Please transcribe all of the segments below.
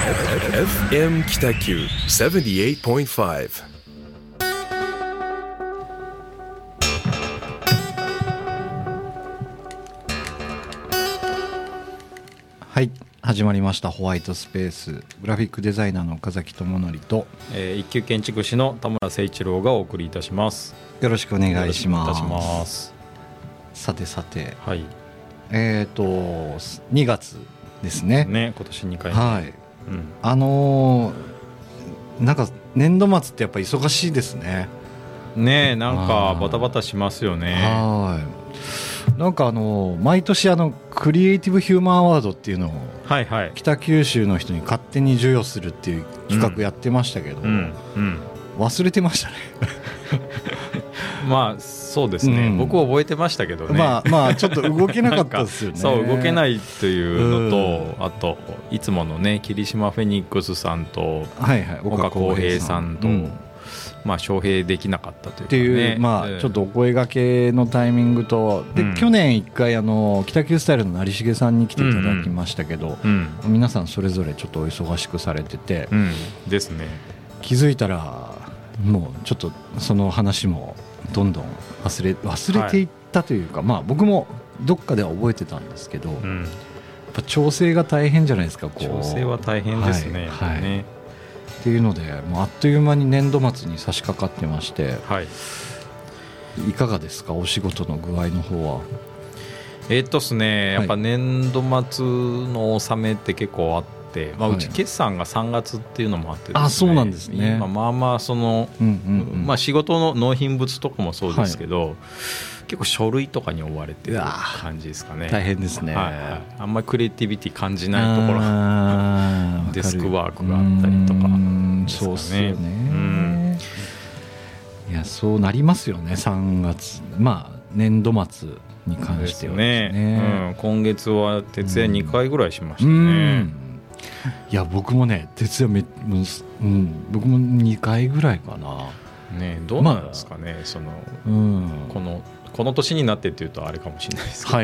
FM 北九78.5。 はい、始まりましたホワイトスペース。グラフィックデザイナーの岡崎智則と、 一級建築士の田村誠一郎がお送りいたします。 よろしくお願いします。 よろしくお願いします。 さてさて、 はい、 2月ですね。 ね、今年2回目。 はい、なんか年度末ってやっぱ忙しいですね。 ねえ、なんかバタバタしますよね。 はい、なんか毎年クリエイティブヒューマンアワードっていうのを、 はいはい、 北九州の人に勝手に授与するっていう企画やってましたけど、忘れてましたね。 まあそうですね、僕覚えてましたけどね。 まあちょっと動けなかったですよね。 そう、動けないというのと、あといつものね霧島フェニックスさんと、岡浩平さんと、まあ招聘できなかったというかね。っていう、 ちょっとお声掛けのタイミングとで、去年1回北九スタイルの成重さんに来ていただきましたけど、皆さんそれぞれちょっとお忙しくされてて、 ですね。 気づいたらもうちょっとその話もどんどん忘れていったというか、僕もどっかでは覚えてたんですけど、やっぱ調整が大変じゃないですか。 調整は大変ですね。 っていうので、もうあっという間に年度末に差し掛かってまして、いかがですか、お仕事の具合の方は。 ですね、やっぱ年度末の納めって結構あって、うち決算が3月っていうのもあってですね。 そうなんですね。 その、仕事の納品物とかもそうですけど、結構書類とかに追われてる感じですかね。 大変ですね。 あんまりクリエイティビティ感じないところ、デスクワークがあったりとかですかね。そうですよね。いや、そうなりますよね。3月、年度末に関してはですね。 今月は徹夜2回ぐらいしましたね。 いや、僕もね、徹夜僕も2回ぐらいかな。 ね、どうなんですかね、この年になってっていうとあれかもしれないですけど、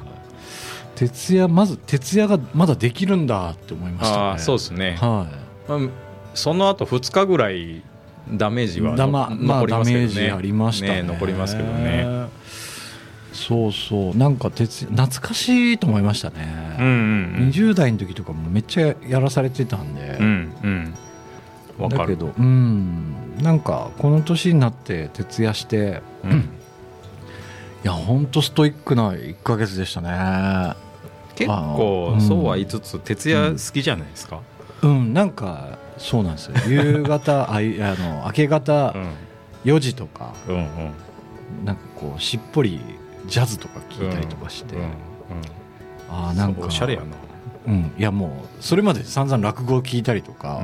まず徹夜がまだできるんだって思いましたね。 そうですね。その後2日ぐらいダメージは残りますけどね。ダメージありましたね。残りますけどね。 そうなんか懐かしいと思いましたね。20代の時とかもめっちゃやらされてたんで、だけどなんかこの年になって徹夜して、いや本当ストイックな1ヶ月でしたね。 結構そうは言いつつ徹夜好きじゃないですか。 なんかそうなんですよ。夕方明け方4時とか、なんかこうしっぽりジャズとか聞いたりとかして、なんかおしゃれやな。 いやもうそれまで散々落語を聞いたりとか、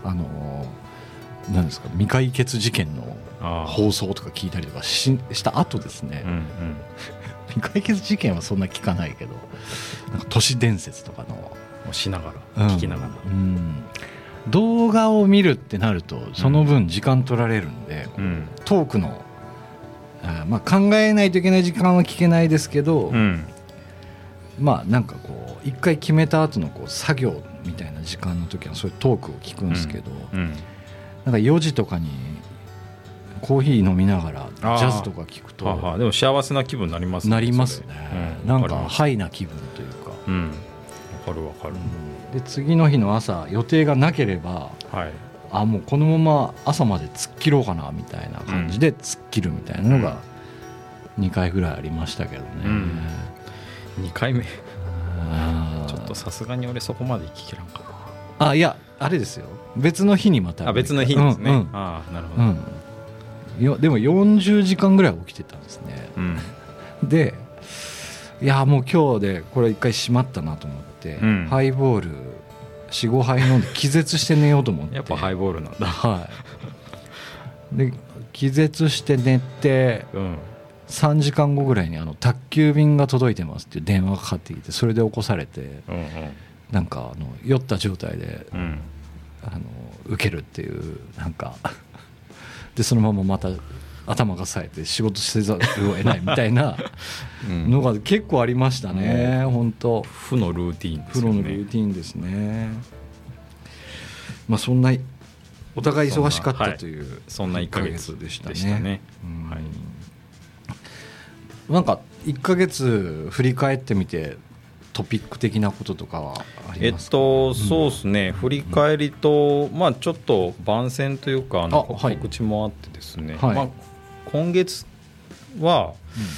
なんですか、未解決事件の放送とか聞いたりとかした後ですね。未解決事件はそんな聞かないけど、なんか都市伝説とかのしながら聞きながら、 動画を見るってなるとその分時間取られるんで、トークの考えないといけない時間は聞けないですけど、なんかこう一回決めた後のこう作業みたいな時間の時はそういうトークを聞くんですけど、なんか4時とかにコーヒー飲みながらジャズとか聞くとでも幸せな気分になりますね。 なりますね。なんかハイな気分というか。 わかる。 で次の日の朝予定がなければ、もうこのまま朝まで突っ切ろうかなみたいな感じで突っ切るみたいなのが2回ぐらいありましたけどね。 2回目ちょっとさすがに俺そこまで聞けらんかな。いやあれですよ、別の日にまた別の日ですね。なるほど。でも40時間ぐらい起きてたんですね。でいやもう今日でこれ1回閉まったなと思って、ハイボール 4,5 杯飲んで気絶して寝ようと思って。 やっぱハイボールなんだ。 で気絶して寝て、3時間後ぐらいに宅急便が届いてますっていう電話がかかってきて、それで起こされて、なんか酔った状態で、受けるっていう、なんかでそのまままた頭が冴えて仕事せざるを得ないみたいなのが結構ありましたね。本当負のルーティーンですよね。 負のルーティーンですね。 まあそんなお互い忙しかったという、 そんな1ヶ月でしたね。はい、 なんか1ヶ月振り返ってみてトピック的なこととかはありますか？ そうですね、振り返りと、まあ、ちょっと番宣というか告知もあってですね、 はい、 まあ、今月は、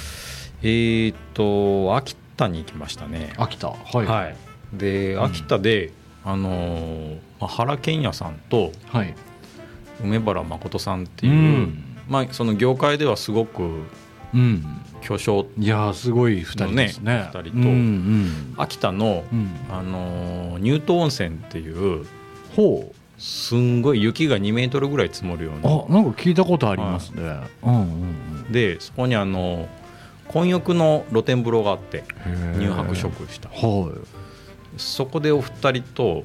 秋田に行きましたね。 秋田、はい、 はい、で秋田で、原健也さんと梅原誠さんっていう、まあ、その業界ではすごく巨匠、 いやすごい2人ですね。 2人と、秋田の、乳頭温泉っていうすんごい雪が2メートルぐらい積もるような、 なんか聞いたことありますね。 でそこに混浴の露天風呂があって乳白色した、そこでお二人と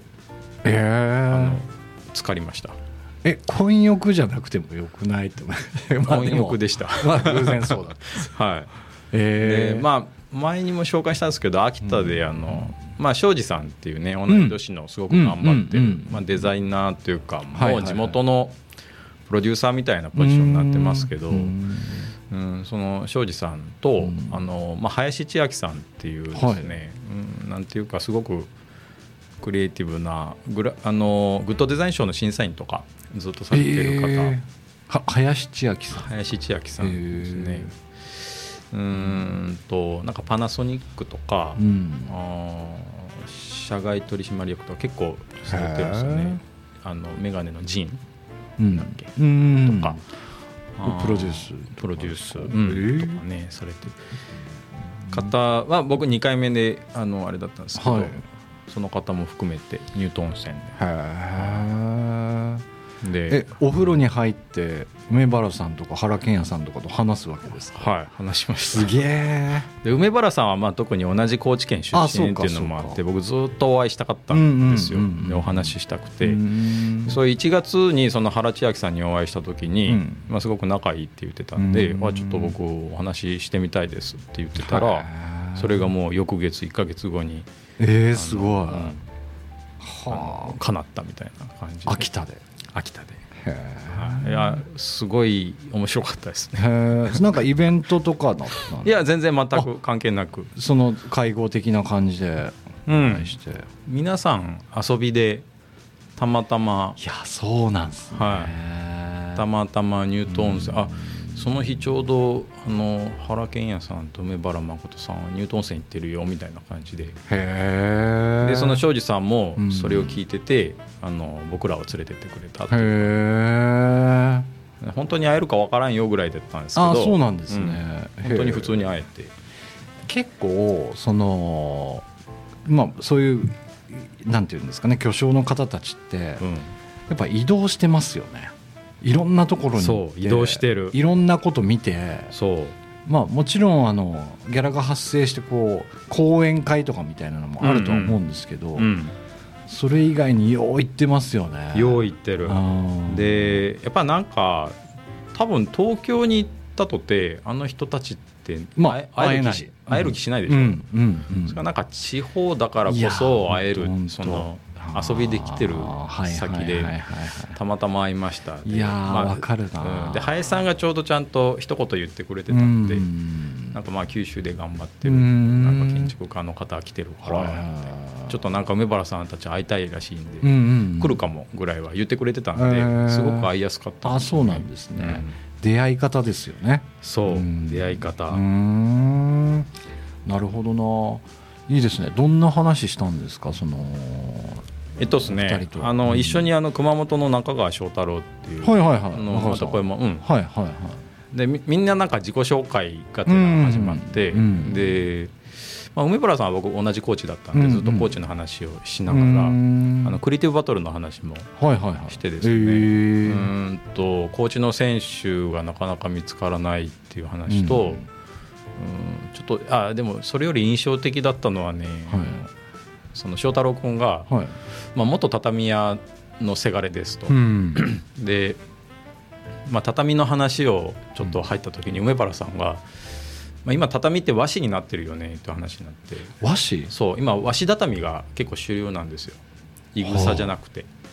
浸かりました。 混浴じゃなくてもよくないって混浴でした。 まあ偶然そうだはい、でまあ前にも紹介したんですけど、秋田でまあ、庄司さんっていうね同い年のすごく頑張ってる、まあ、デザイナーというか、もう地元のプロデューサーみたいなポジションになってますけど、その庄司さんと、まあ、林千秋さんっていうですね、なんていうかすごくクリエイティブなグッドデザイン賞の審査員とかずっとされている方、 林千秋さん。 林千秋さんですね。なんかパナソニックとか、社外取締役とか結構されてるんですよね。メガネのジンだっけ、とかプロデュース、 とかねされてる方は僕2回目であれだったんですけど、その方も含めて乳頭温泉でお風呂に入って梅原さんとか原健也さんとかと話すわけですか？ はい、話しました。 すげえ。 で梅原さんはまあ特に同じ高知県出身っていうのもあって、僕ずっとお会いしたかったんですよ。でお話ししたくて、そういう1月にその原千秋さんにお会いした時に、まあ、すごく仲いいって言ってたんで、ちょっと僕お話ししてみたいですって言ってたら、それがもう翌月1ヶ月後にすごい、 叶ったみたいな感じで。 秋田でいやすごい面白かったですね。 なんかイベントとかだったん？ いや全然全く関係なく、 その会合的な感じでして、 皆さん遊びでたまたま、 いやそうなんですね、 たまたま乳頭温泉、その日ちょうど原健也さんと梅原誠さんは乳頭温泉行ってるよみたいな感じで、でその庄司さんもそれを聞いてて、僕らを連れてってくれたっていう、本当に会えるか分からんよぐらいだったんですけど、 そうなんですね、 本当に普通に会えて、 結構まあそういうなんていうんですかね、巨匠の方たちって、やっぱ移動してますよね。いろんなところに行って移動してる、 いろんなこと見て、まあ、もちろんギャラが発生して講演会とかみたいなのもあるとは思うんですけど、それ以外によう行ってますよね。 よう行ってる。でやっぱなんか多分東京に行ったとてあの人たちって、会える気しないでしょ。それからなんか地方だからこそ会える、その遊びで来てる先でたまたま会いました。 いやわかるな。 で林さんがちょうどちゃんと一言言ってくれてたんで、なんかまあ九州で頑張ってるなんか建築家の方来てるから、ちょっとなんか梅原さんたち会いたいらしいんで来るかもぐらいは言ってくれてたんで、すごく会いやすかったんですよね。 そうなんですね。出会い方ですよね。 そう、出会い方。 なるほどな。いいですね。どんな話したんですか？ ですね、一緒に熊本の中川翔太郎っていう、またこれも、でみんななんか自己紹介が始まって、で、梅原さんは僕同じコーチだったんで、ずっとコーチの話をしながら、クリエイティブバトルの話もしてですね、コーチの選手がなかなか見つからないっていう話と、ちょっとでもそれより印象的だったのはね、その翔太郎君が、元畳屋のせがれですと、で、畳の話をちょっと入った時に梅原さんが、今畳って和紙になってるよねって話になって、 和紙？ そう、今和紙畳が結構主流なんですよ。いぐさじゃなくて、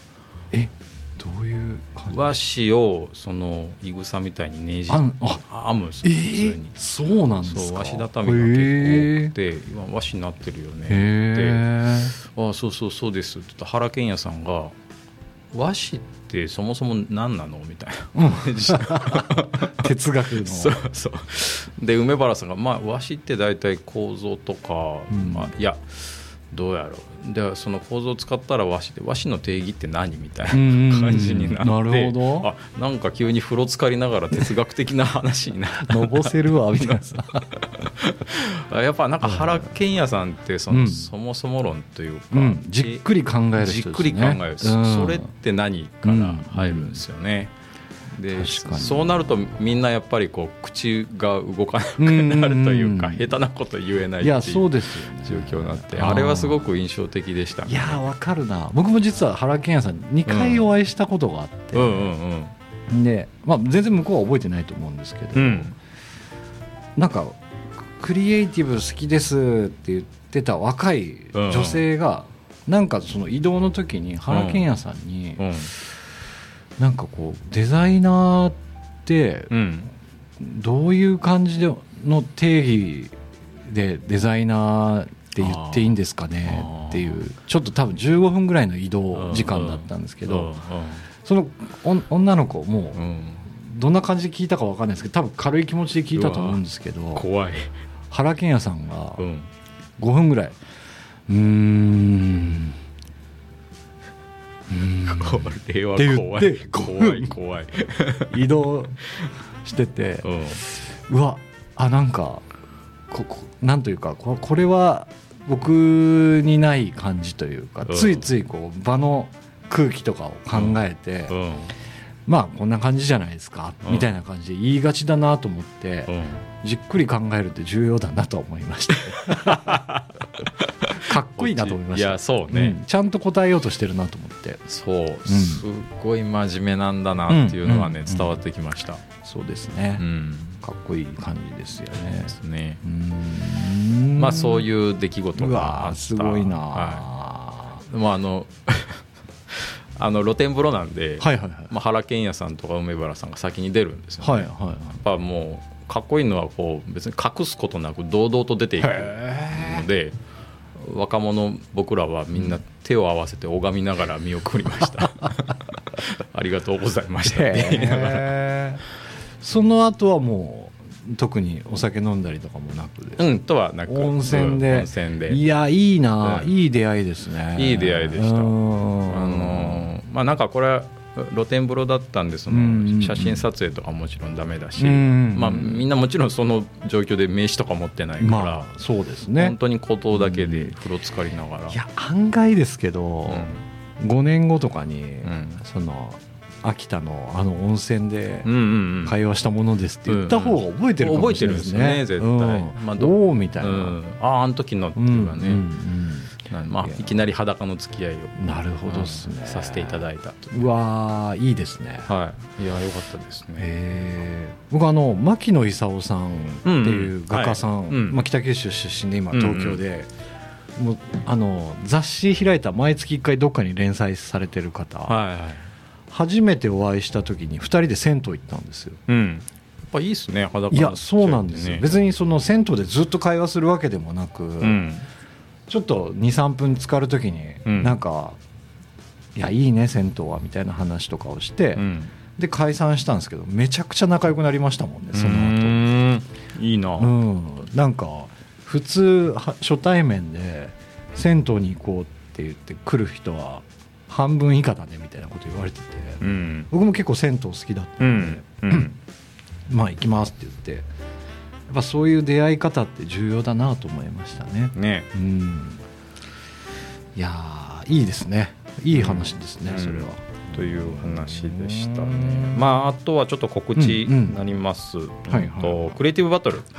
どういう感じ？ 和紙をそのいぐさみたいにねじ編むんですよ、普通に。 そうなんですか。 そう、和紙畳が結構多くて、今和紙になってるよねってそうですって言ったら原健也さんが和紙ってそもそも何なのみたいな、 哲学のそうで梅原さんが、和紙って大体構造とか、いやどうやろう、でその構造を使ったら和紙で、和紙の定義って何みたいな感じになって、 なるほど。 なんか急に風呂浸かりながら哲学的な話になってのぼせるわみたいなさやっぱなんか原健也さんってそもそも論というか、 じっくり考える人ですね。じっくり考える、 それって何から入るんですよね。でそうなるとみんなやっぱりこう口が動かなくなるというか、下手なこと言えないっていう状況になって、あれはすごく印象的でしたね。 いやわかるな。僕も実は原健也さん2回お会いしたことがあって、で、全然向こうは覚えてないと思うんですけど、なんかクリエイティブ好きですって言ってた若い女性が、なんかその移動の時に原健也さんに、なんかこうデザイナーってどういう感じの定義でデザイナーって言っていいんですかねっていう、ちょっと多分15分ぐらいの移動時間だったんですけど、その女の子もどんな感じで聞いたか分かんないですけど、多分軽い気持ちで聞いたと思うんですけど、 怖い。 原健也さんが5分ぐらいこれは怖い移動してて、うわなんかなんというかこれは僕にない感じというか、ついついこう場の空気とかを考えて、こんな感じじゃないですかみたいな感じで言いがちだなと思って、じっくり考えるって重要だなと思いましたかっこいいなと思いました。 いやそうね、 ちゃんと答えようとしてるなと思って、 そうすごい真面目なんだなっていうのはね、伝わってきました。 そうですね、かっこいい感じですよね。 ですね。そういう出来事があった。 すごいな、 露天風呂なんで、原健也さんとか梅原さんが先に出るんですよね。やっぱもうかっこいいのはこう別に隠すことなく堂々と出ていくので、若者僕らはみんな手を合わせて拝みながら見送りましたありがとうございましたって言いながらその後はもう特にお酒飲んだりとかもなくですとはなく温泉で、いやいいな、いい出会いですね。 いい出会いでした。なんかこれ露天風呂だったんで、その写真撮影とかもちろんダメだし、みんなもちろんその状況で名刺とか持ってないから、 そうですね、 本当に孤島だけで風呂浸かりながら、 いや案外ですけど、5年後とかに、その秋田の温泉で会話したものですって言った方が覚えてるかもしれないですね。 絶対、 どうみたいな、 あの時のっていうかね、いきなり裸の付き合いをなるほどですね、 させていただいたと。 うわいいですね。 いや良かったですね。 僕牧野勲さんっていう画家さん、北九州出身で今東京で、もう雑誌開いた毎月1回どっかに連載されてる方、初めてお会いした時に2人で銭湯行ったんですよ。やっぱいいですね、裸の付き合いってね。 いやそうなんですよ。別にその銭湯でずっと会話するわけでもなく、ちょっと 2,3 分浸かるときに、なんかいやいいね銭湯はみたいな話とかをして、で解散したんですけど、めちゃくちゃ仲良くなりましたもんね、その後。いいな、なんか普通初対面で銭湯に行こうって言って来る人は半分以下だねみたいなこと言われてて、僕も結構銭湯好きだったんで、行きますって言って、やっぱそういう出会い方って重要だなと思いましたね。いやいいですね、いい話ですね、それは。 という話でしたね。あとはちょっと告知になります。クリエイティブバトル、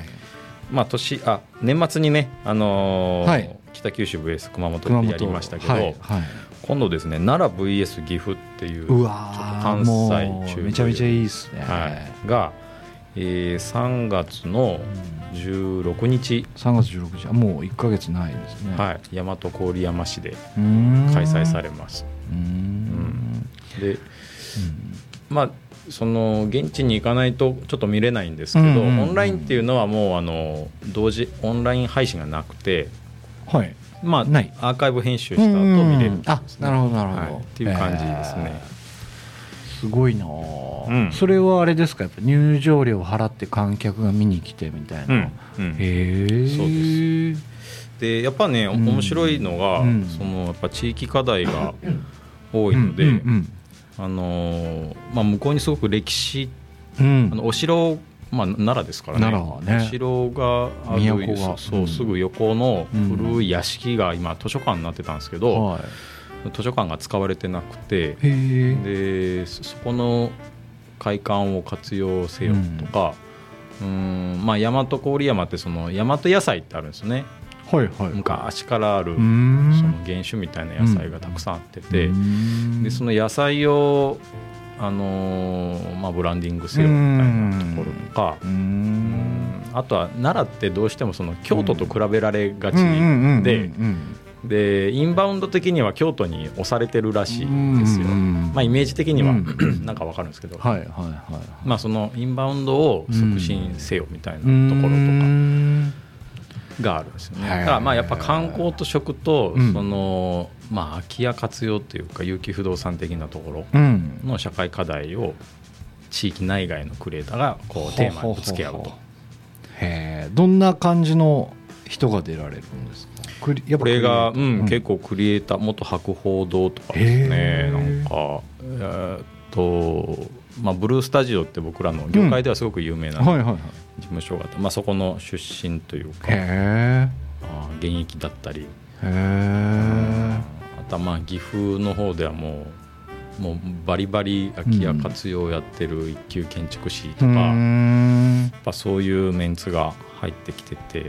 年末にね、北九州 VS 熊本でやりましたけど、今度ですね、奈良 VS 岐阜っていう、ちょっと関西中めちゃめちゃいいですね、 が3月の16日、 3月16日、もう1ヶ月ないですね。 大和郡山市で開催されます。 で、まあその現地に行かないとちょっと見れないんですけど、オンラインっていうのはもう同時オンライン配信がなくて、 はい、 まあないアーカイブ編集した後見れるんですね。 なるほどなるほど、 っていう感じですね。 すごいな、それはあれですか、やっぱ入場料を払って観客が見に来てみたいな。 そうです。でやっぱね面白いのが、そのやっぱ地域課題が多いので、まあ、向こうにすごく歴史、お城、まあ、奈良ですからね、お城があるそうすぐ横の古い屋敷が今図書館になってたんですけど、図書館が使われてなくて、でそこの会館を活用せよとか、まあ、大和郡山ってその大和野菜ってあるんですよね。昔からあるその原種みたいな野菜がたくさんあってて、でその野菜を、まあ、ブランディングせよみたいなところとか、あとは奈良ってどうしてもその京都と比べられがちで、インバウンド的には京都に押されてるらしいんですよ。まあ、イメージ的にはなんか分かるんですけど、まあ、そのインバウンドを促進せよみたいなところとかがあるんですよね。だからまあやっぱ観光と食とそのまあ空き家活用というか有機不動産的なところの社会課題を地域内外のクリエイターがこうテーマにぶつけ合うと。 どんな感じの人が出られるんですか？これが結構クリエイター、元博報堂とかですね、なんかまあ、ブルースタジオって僕らの業界ではすごく有名な事務所があって、まあ、そこの出身というか現役だったり、あとはまあ岐阜の方ではもうバリバリ空き家活用やってる一級建築士とか、やっぱそういうメンツが入ってきてて。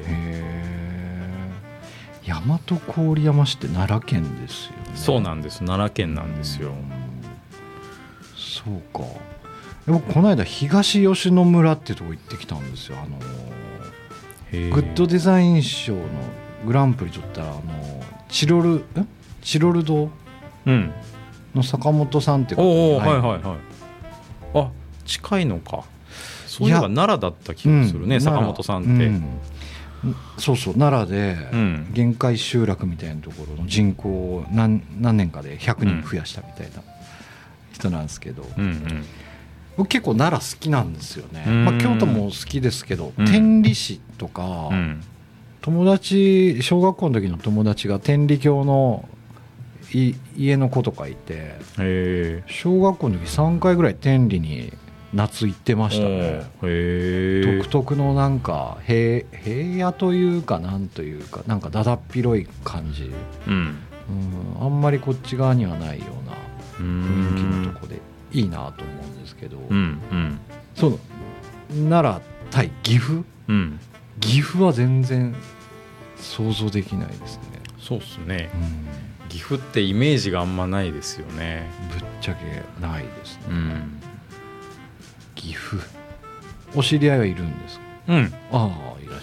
大和郡山市って奈良県ですよね。 そうなんです、奈良県なんですよ。 そうか。僕この間東吉野村ってとこ行ってきたんですよ。グッドデザイン賞のグランプリ取ったチロル堂の坂本さんって方が、 あ、近いのか。そういえば奈良だった気がするね、坂本さんって。 そう奈良で限界集落みたいなところの人口を何年かで100人増やしたみたいな人なんですけど、僕結構奈良好きなんですよね。まあ、京都も好きですけど、天理市とか、友達小学校の時の友達が天理教の家の子とかいて、小学校の時3回ぐらい天理に夏行ってましたね。独特のなんか平野というかなんというかなんかだだっ広い感じ、あんまりこっち側にはないような雰囲気のとこでいいなと思うんですけど、そう奈良対岐阜、岐阜は全然想像できないですね。 そうですね、岐阜ってイメージがあんまないですよね。 ぶっちゃけないですね。岐阜お知り合いはいるんですか？ああ、いらっしゃるね。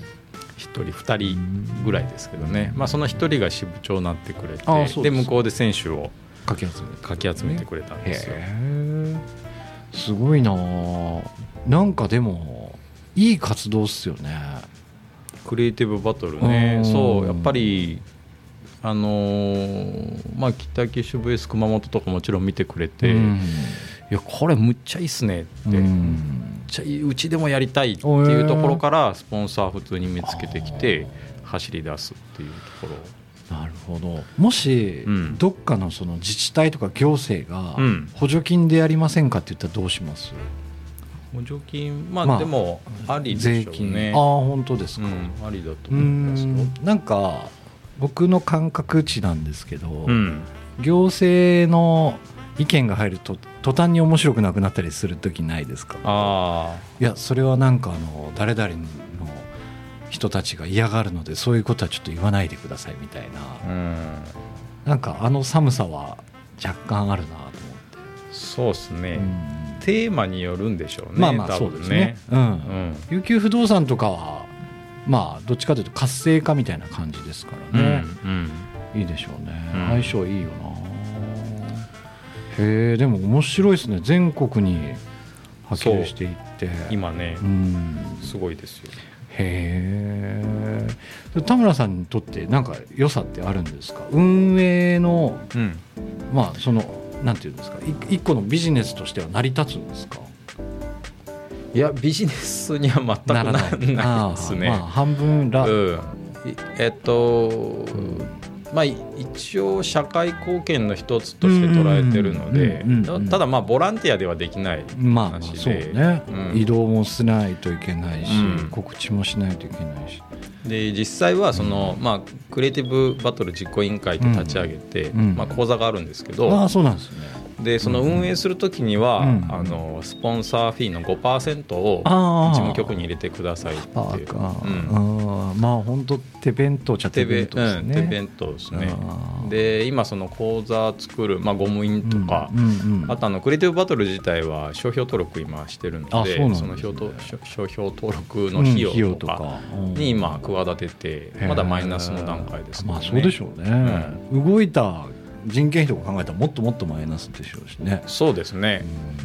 1人2人ぐらいですけどね、まあ、その1人が支部長になってくれて、で向こうで選手をかき集めてくれたんですよ。 すごいな。なんかでもいい活動っすよね。 クリエイティブバトルね。そうやっぱりまあ、北九州 VS 熊本とかもちろん見てくれて、いやこれむっちゃいいっすねって、うちでもやりたいっていうところからスポンサー普通に見つけてきて走り出すっていうところ。 なるほど。もし、どっかのその自治体とか行政が補助金でやりませんかって言ったらどうします？ 補助金、まあでもありでしょうね。税金。 本当ですか。 ありだと思いますよ。 なんか僕の感覚値なんですけど、行政の意見が入ると途端に面白くなくなったりする時ないですか？いやそれはなんか誰々の人たちが嫌がるのでそういうことはちょっと言わないでくださいみたいな、なんか寒さは若干あるなと思って。 そうですね、テーマによるんでしょうね。 まあそうですね。有給不動産とかはまあどっちかというと活性化みたいな感じですからね、いいでしょうね。相性いいよな。 へえ、でも面白いですね。全国に波及していって今ね、すごいですよ。 へえ。田村さんにとってなんか良さってあるんですか？運営の、まあそのなんていうんですか、一個のビジネスとしては成り立つんですか？ いや、ビジネスには全くないですね。 半分まあ、一応社会貢献の一つとして捉えてるので、ただまあボランティアではできない話で、 そうね、移動もしないといけないし、告知もしないといけないし、 で実際はその、まあ、クリエイティブバトル実行委員会と立ち上げて、まあ、講座があるんですけど、 そうなんですね。 でその運営するときには、スポンサーフィーの 5% を事務局に入れてくださいっていう、 まあ本当手弁当ちゃ手弁当ですね。 手弁当ですね。で今その講座作る、まあ、ゴム印とか、あとクリエイティブバトル自体は商標登録今してるので、その商標登録の費用とかに今企てて、まだマイナスの段階ですね。 まあそうでしょうね。動いた人件費とか考えたらもっともっとマイナスでしょうしね。 そうですね。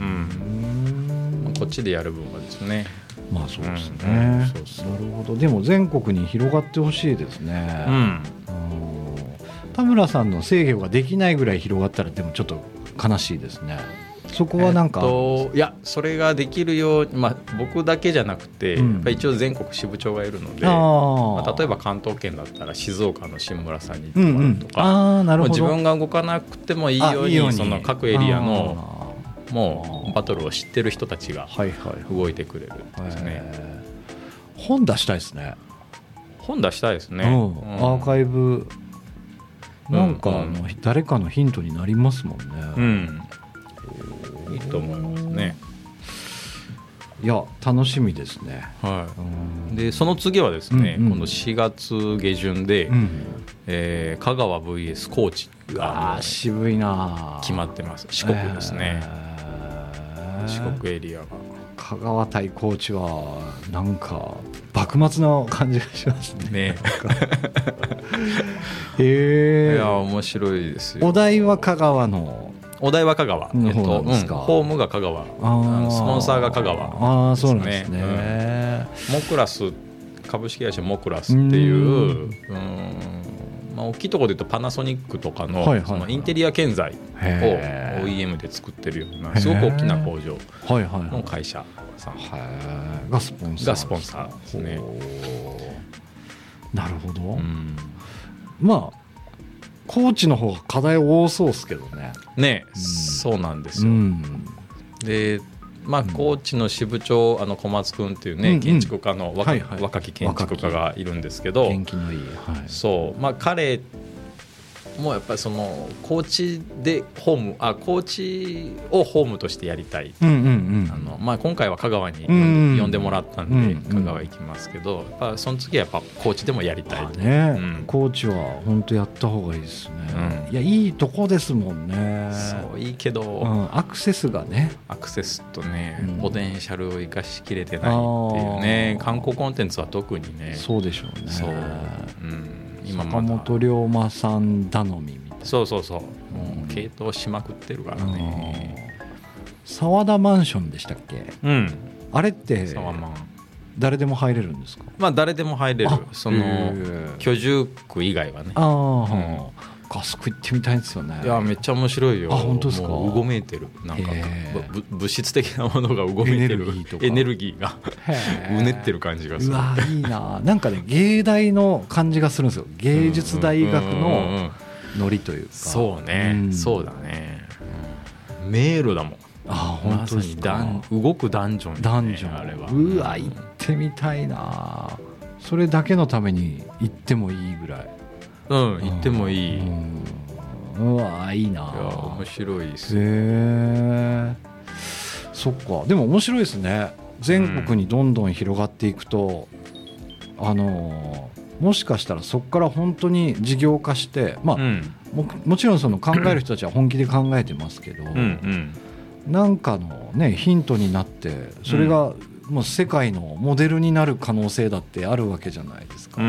こっちでやる分はですね。 まあそうですね。なるほど。でも全国に広がってほしいですね。田村さんの制御ができないぐらい広がったらでもちょっと悲しいですね。そこはなんか、 いやそれができるように、まあ、僕だけじゃなくて、やっぱ一応全国支部長がいるので、まあ、例えば関東圏だったら静岡の新村さんに行ってもらうとか、もう自分が動かなくてもいいようにその各エリアのもうバトルを知ってる人たちが動いてくれるですね。 本出したいですね。 本出したいですね。 アーカイブなんか誰かのヒントになりますもんね。 いいと思いますね。 いや楽しみですね。 でその次はですね、今度4月下旬で、香川 vs 高知が渋いな決まってます。四国ですね。四国エリアが香川対高知はなんか幕末の感じがしますね。 いや面白いですよ。 お題は香川の。 お題は香川、ホームが香川、スポンサーが香川ですね。モクラス株式会社モクラスっていう、まあ、大きいところで言うとパナソニックとか そのインテリア建材を OEM で作ってるようなすごく大きな工場の会社さんがスポンサーですね。 なるほど。まあ高知の方が課題多そうですけどね。 そうなんですよ。でまあ高知の支部長小松君っていうね、建築家の若き建築家がいるんですけど、 元気のいい、 そうまあ彼もうやっぱりその高知で高知をホームとしてやりたい。まあ今回は香川に呼んでもらったんで香川行きますけど、やっぱその次はやっぱ高知でもやりたい。 高知は本当やった方がいいですね。いやいいとこですもんね。 そういいけど、 アクセスがね、 アクセスとね、ポテンシャルを生かしきれてないっていうね。観光コンテンツは特にね。 そうでしょうね。 そう。 今坂本龍馬さん頼みみたいな。 そうもう系統しまくってるからね。 沢田マンションでしたっけ？あれって誰でも入れるんですか？ まあ誰でも入れる。その居住区以外はね。 あそこ行ってみたいですよね。 いやめっちゃ面白いよ。 本当ですか？ うごめいてる。なんか物質的なものがうごめいてる。エネルギーがうねってる感じがする。 うわいいな。なんかね芸大の感じがするんですよ。芸術大学のノリというか。 そうね。そうだね。迷路だもん。 本当に動くダンジョン。 ダンジョンあれは。うわ行ってみたいな。それだけのために行ってもいいぐらい。 行ってもいい。 うわいいな。 いや面白いですそっか。でも面白いですね。全国にどんどん広がっていくと、もしかしたらそこから本当に事業化して、まあもちろんその考える人たちは本気で考えてますけど、なんかのねヒントになってそれがもう世界のモデルになる可能性だってあるわけじゃないですか。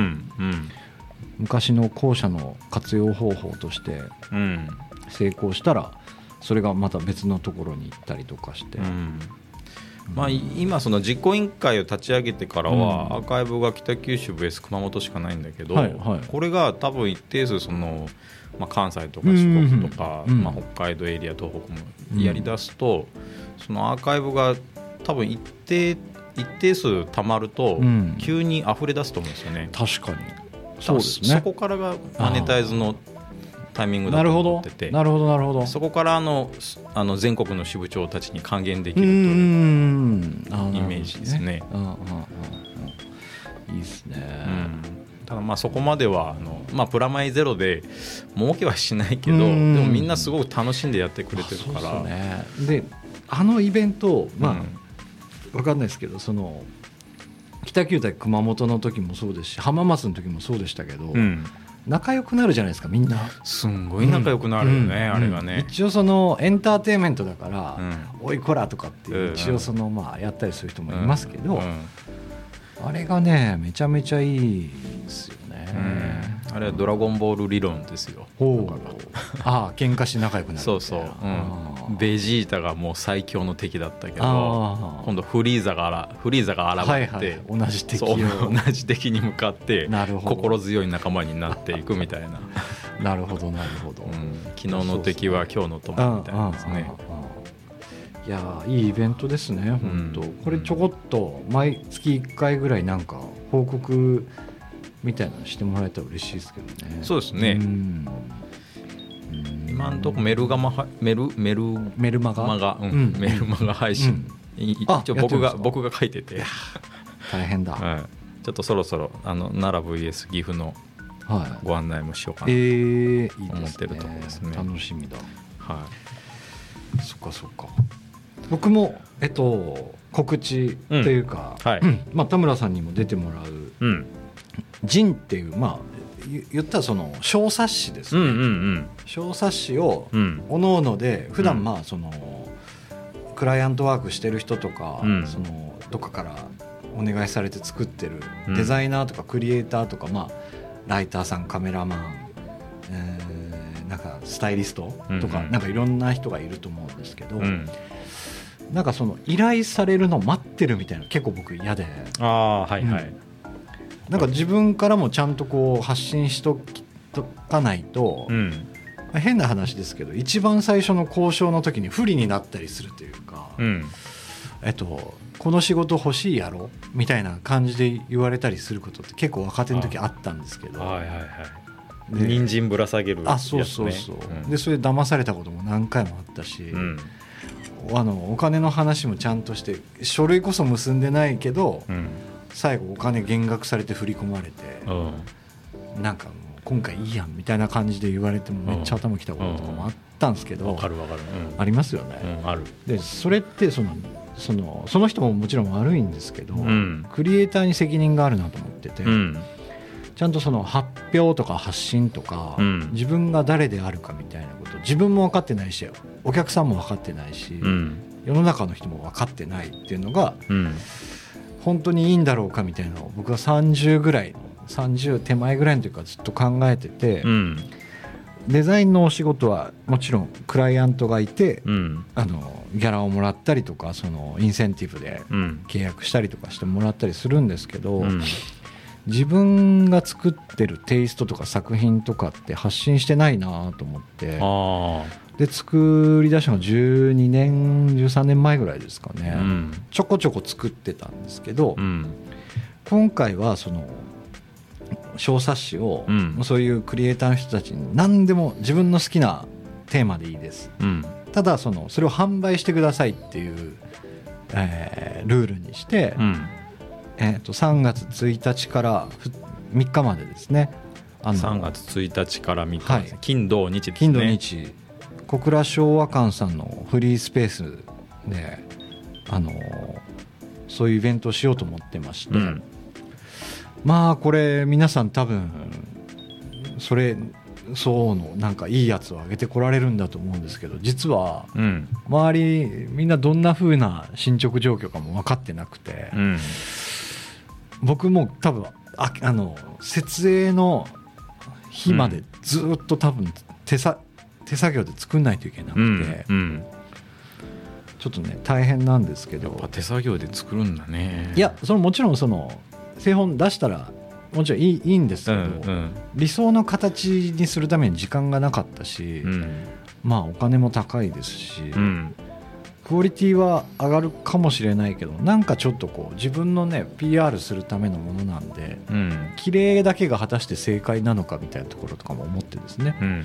昔の後者の活用方法として成功したらそれがまた別のところに行ったりとかして、 まあ、今その実行委員会を立ち上げてからはアーカイブが北九州 vs 熊本しかないんだけど、これが多分一定数その、まあ、関西とか四国とか、まあ、北海道エリア東北もやりだすと、そのアーカイブが多分一定数たまると急に溢れ出すと思うんですよね。 確かにそうですね。 そこからがマネタイズのタイミングだと思ってて、 なるほどそこから全国の支部長たちに還元できるというイメージですね。 いいですね。 ただまあそこまではまあ、プラマイゼロで儲けはしないけど、でもみんなすごく楽しんでやってくれてるから。 そうですね。でイベント、まあ分かんないですけど、その北九対熊本の時もそうですし、浜松の時もそうでしたけど、仲良くなるじゃないですか、みんな。 すんごい仲良くなるよね、あれがね。 一応そのエンターテインメントだから、おいこらとかっていう一応そのまあやったりする人もいますけど、あれがねめちゃめちゃいいですよね。 あれはドラゴンボール理論ですよ。 喧嘩して仲良くなる。 そうそう、ベジータがもう最強の敵だったけど、今度フリーザが現れて、 同じ敵に向かって心強い仲間になっていくみたいな。 なるほど、 昨日の敵は今日の友みたいなですね。 いやいいイベントですね、本当。これちょこっと毎月1回ぐらいなんか報告みたいなのしてもらえたら嬉しいですけどね。 そうですね。今のところメルマガ配信、一応僕が書いてて大変だ。 ちょっとそろそろ奈良 vs 岐阜のご案内もしようかなと思ってるところですね。 楽しみだ。そっか。僕も告知というか、まあ田村さんにも出てもらうジンっていう、まあ言ったらその小冊子ですね。小冊子をおのおので普段まあそのクライアントワークしてる人とか、そのどっかからお願いされて作ってるデザイナーとかクリエイターとか、まあライターさん、カメラマン、なんかスタイリストとか、なんかいろんな人がいると思うんですけど、なんかその依頼されるの待ってるみたいな結構僕嫌で、なんか自分からもちゃんとこう発信しとかないと、変な話ですけど一番最初の交渉の時に不利になったりするというか、この仕事欲しいやろみたいな感じで言われたりすることって結構若手の時あったんですけど、 人参ぶら下げるやつね。 そう、でそれ騙されたことも何回もあったし、お金の話もちゃんとして書類こそ結んでないけど、最後お金減額されて振り込まれて、なんかもう今回いいやんみたいな感じで言われてもめっちゃ頭きたこととかもあったんですけど、 わかる、 ありますよね。 ある。 でそれってその人ももちろん悪いんですけど、クリエイターに責任があるなと思ってて、ちゃんとその発表とか発信とか、自分が誰であるかみたいなこと自分も分かってないしお客さんも分かってないし、世の中の人も分かってないっていうのが、本当にいいんだろうかみたいなのを僕は30手前ぐらいの時からずっと考えてて、デザインのお仕事はもちろんクライアントがいて、ギャラをもらったりとかそのインセンティブで契約したりとかしてもらったりするんですけど、自分が作ってるテイストとか作品とかって発信してないなと思って、で作り出したのが12年13年前ぐらいですかね、ちょこちょこ作ってたんですけど、今回はその小冊子を、そういうクリエイターの人たちに何でも自分の好きなテーマでいいです、ただそれを販売してくださいっていう、ルールにして、3月1日から3日までですね。 3月1日から3日、金土日ですね。 金土日小倉昭和館さんのフリースペースでそういうイベントをしようと思ってまして、まあこれ皆さん多分そうのなんかいいやつを上げてこられるんだと思うんですけど、実は周りみんなどんな風な進捗状況かも分かってなくて、僕も多分設営の日までずっと多分手作業で作んないといけなくて、 うんうん、 ちょっとね大変なんですけど。 やっぱ手作業で作るんだね。 いやもちろんその製本出したらもちろんいいんですけど、うんうん、理想の形にするために時間がなかったし、うん、まあお金も高いですし、うん、クオリティは上がるかもしれないけど、なんかちょっとこう自分のね PR するためのものなんで、うん、綺麗だけが果たして正解なのかみたいなところとかも思ってですね、うんうん、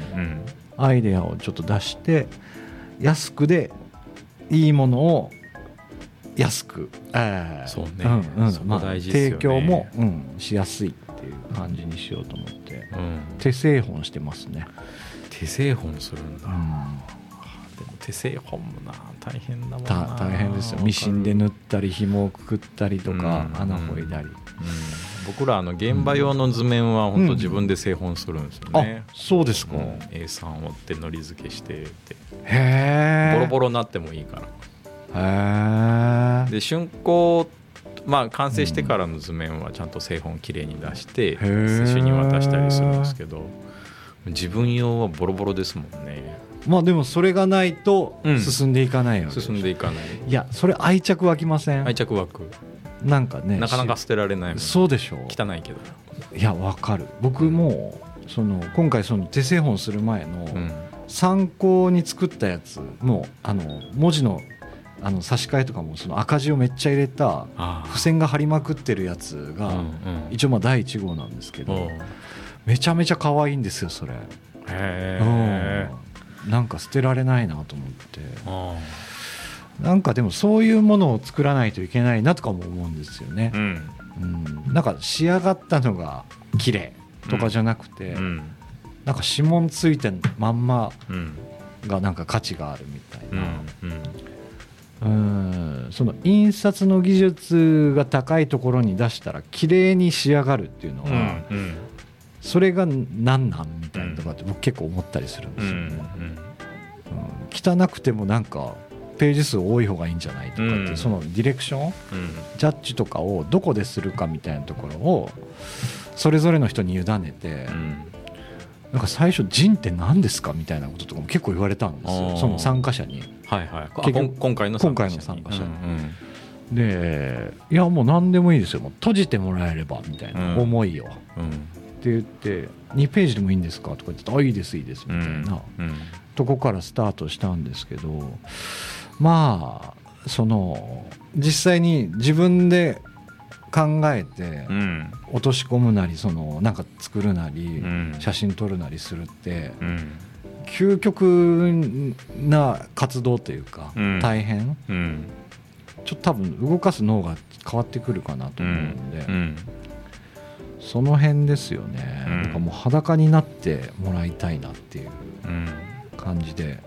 アイデアをちょっと出して安くでいいものを安く、 そうね、うんうん、そこ大事ですよね。 提供も、うん、しやすいっていう感じにしようと思って、うん、手製本してますね。 手製本するんだ、うん、でも手製本もな大変だもんな。 大変ですよ。ミシンで縫ったり紐をくくったりとか、うん、穴掘いたり、うん、 僕ら現場用の図面は本当自分で製本するんですよね、 うん、あ、そうですか、うん、 A3 を折ってのり付けしてって、 へー、 ボロボロになってもいいから。 へで竣工、まあ、完成してからの図面はちゃんと製本きれいに出して接種に渡したりするんですけど、自分用はボロボロですもんね。 まあでもそれがないと進んでいかないよ、 うん、進んでいかない。 いやそれ愛着湧きません？ 愛着湧く。 なんかね、 なかなか捨てられないもん。 そうでしょう。 汚いけど。 いやわかる。僕も今回その手製本する前の参考に作ったやつも文字の差し替えとかもその赤字をめっちゃ入れた付箋が貼りまくってるやつが一応まあ第1号なんですけど、めちゃめちゃ可愛いんですよそれ。 へー、なんか捨てられないなと思って、なんかでもそういうものを作らないといけないなとかも思うんですよね、うんうん、なんか仕上がったのが綺麗とかじゃなくて、うん、なんか指紋ついてるまんまがなんか価値があるみたいな、その印刷の技術が高いところに出したら綺麗に仕上がるっていうのは、うんうん、それが何なんみたいなとかって僕結構思ったりするんですよね、汚くてもなんかページ数多い方がいいんじゃないとかって、そのディレクション、ジャッジとかをどこでするかみたいなところをそれぞれの人に委ねて、なんか最初ジンって何ですかみたいなこととかも結構言われたんですよ、その参加者に。 はいはい、今回の参加者に、でいやもう何でもいいですよ、もう閉じてもらえればみたいな思いを、って言って2ページでもいいんですかとか言ってあいいですいいですみたいな、とこからスタートしたんですけど、まあその実際に自分で考えて落とし込むなりなんか作るなり写真撮るなりするって究極な活動というか大変、ちょっと多分動かす脳が変わってくるかなと思うんで、その辺ですよね。なんかもう裸になってもらいたいなっていう感じで、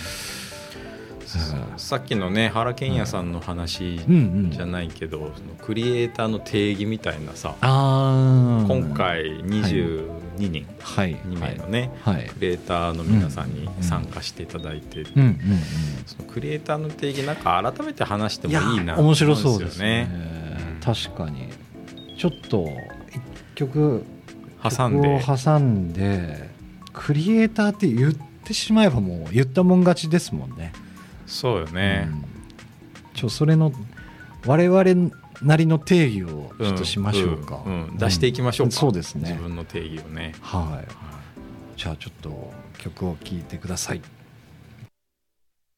さっきのね原健也さんの話じゃないけど、そのクリエイターの定義みたいなさ、今回22人、2名のねクリエイターの皆さんに参加していただいて、そのクリエイターの定義なんか改めて話してもいいなと思うんですよね。面白そうですね、 確かにちょっと一曲挟んでクリエイターって言ってしまえばもう言ったもん勝ちですもんね。 そうよね、 それの我々なりの定義をちょっとしましょうか、 出していきましょうか、 そうですね、 自分の定義をね。 はい、じゃあちょっと曲を聴いてください。